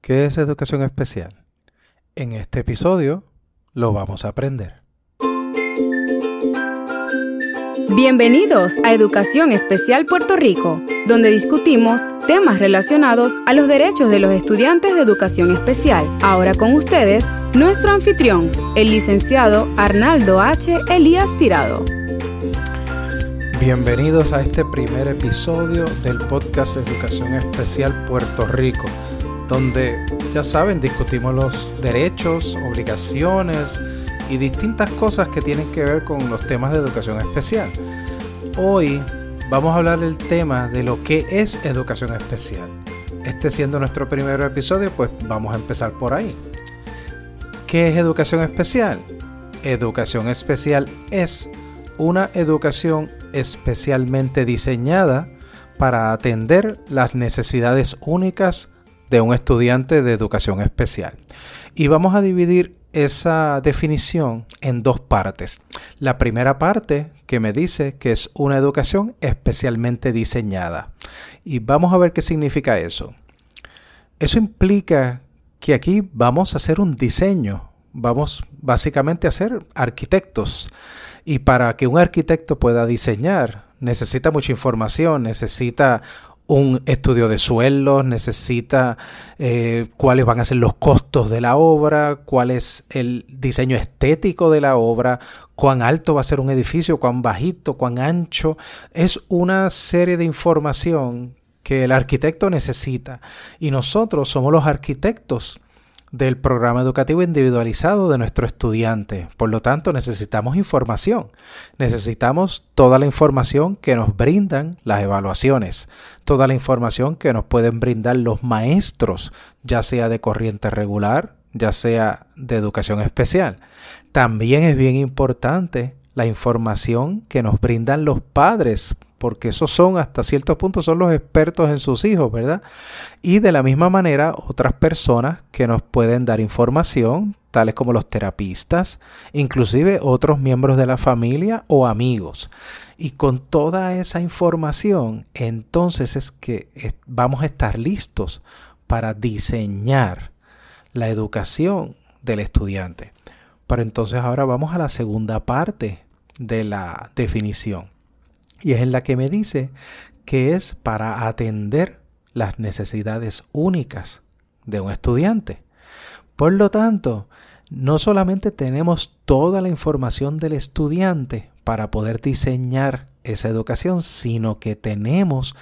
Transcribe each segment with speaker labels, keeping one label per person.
Speaker 1: ¿Qué es educación especial? En este episodio lo vamos a aprender.
Speaker 2: Bienvenidos a Educación Especial Puerto Rico, donde discutimos temas relacionados a los derechos de los estudiantes de educación especial. Ahora con ustedes, nuestro anfitrión, el licenciado Arnaldo H. Elías Tirado.
Speaker 1: Bienvenidos a este primer episodio del podcast Educación Especial Puerto Rico, donde, ya saben, discutimos los derechos, obligaciones y distintas cosas que tienen que ver con los temas de educación especial. Hoy vamos a hablar del tema de lo que es educación especial. Este siendo nuestro primer episodio, pues vamos a empezar por ahí. ¿Qué es educación especial? Educación especial es una educación especialmente diseñada para atender las necesidades únicas de un estudiante de educación especial. Y vamos a dividir esa definición en dos partes. La primera parte que me dice que es una educación especialmente diseñada. Y vamos a ver qué significa eso. Eso implica que aquí vamos a hacer un diseño. Vamos básicamente a ser arquitectos. Y para que un arquitecto pueda diseñar, necesita mucha información, necesita un estudio de suelos, necesita cuáles van a ser los costos de la obra, cuál es el diseño estético de la obra, cuán alto va a ser un edificio, cuán bajito, cuán ancho. Es una serie de información que el arquitecto necesita. Y nosotros somos los arquitectos del programa educativo individualizado de nuestro estudiante. Por lo tanto, necesitamos información. Necesitamos toda la información que nos brindan las evaluaciones, toda la información que nos pueden brindar los maestros, ya sea de corriente regular, ya sea de educación especial. También es bien importante la información que nos brindan los padres, porque esos son, hasta cierto punto, son los expertos en sus hijos, ¿verdad? Y de la misma manera, otras personas que nos pueden dar información, tales como los terapistas, inclusive otros miembros de la familia o amigos. Y con toda esa información, entonces es que vamos a estar listos para diseñar la educación del estudiante. Pero entonces ahora vamos a la segunda parte de la definición. Y es en la que me dice que es para atender las necesidades únicas de un estudiante. Por lo tanto, no solamente tenemos toda la información del estudiante para poder diseñar esa educación, sino que tenemos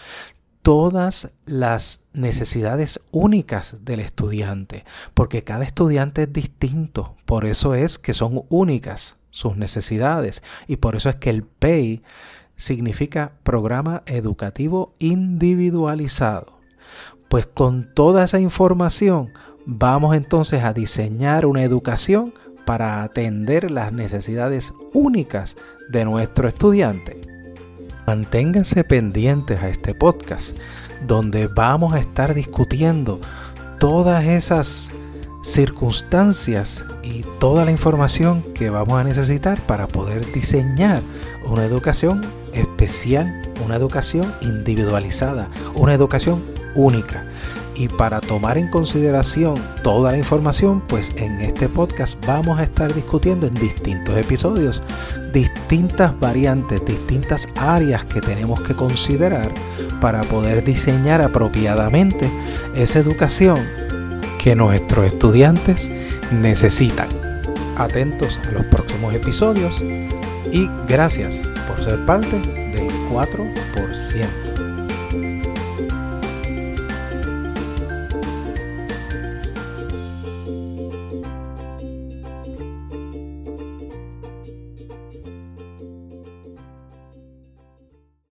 Speaker 1: todas las necesidades únicas del estudiante, porque cada estudiante es distinto. Por eso es que son únicas sus necesidades y por eso es que el PEI significa Programa Educativo Individualizado. Pues con toda esa información vamos entonces a diseñar una educación para atender las necesidades únicas de nuestro estudiante. Manténganse pendientes a este podcast, donde vamos a estar discutiendo todas esas circunstancias y toda la información que vamos a necesitar para poder diseñar una educación especial, una educación individualizada, una educación única. Y para tomar en consideración toda la información, pues en este podcast vamos a estar discutiendo en distintos episodios distintas variantes, distintas áreas que tenemos que considerar para poder diseñar apropiadamente esa educación que nuestros estudiantes necesitan. Atentos a los próximos episodios y gracias por ser parte del 4%.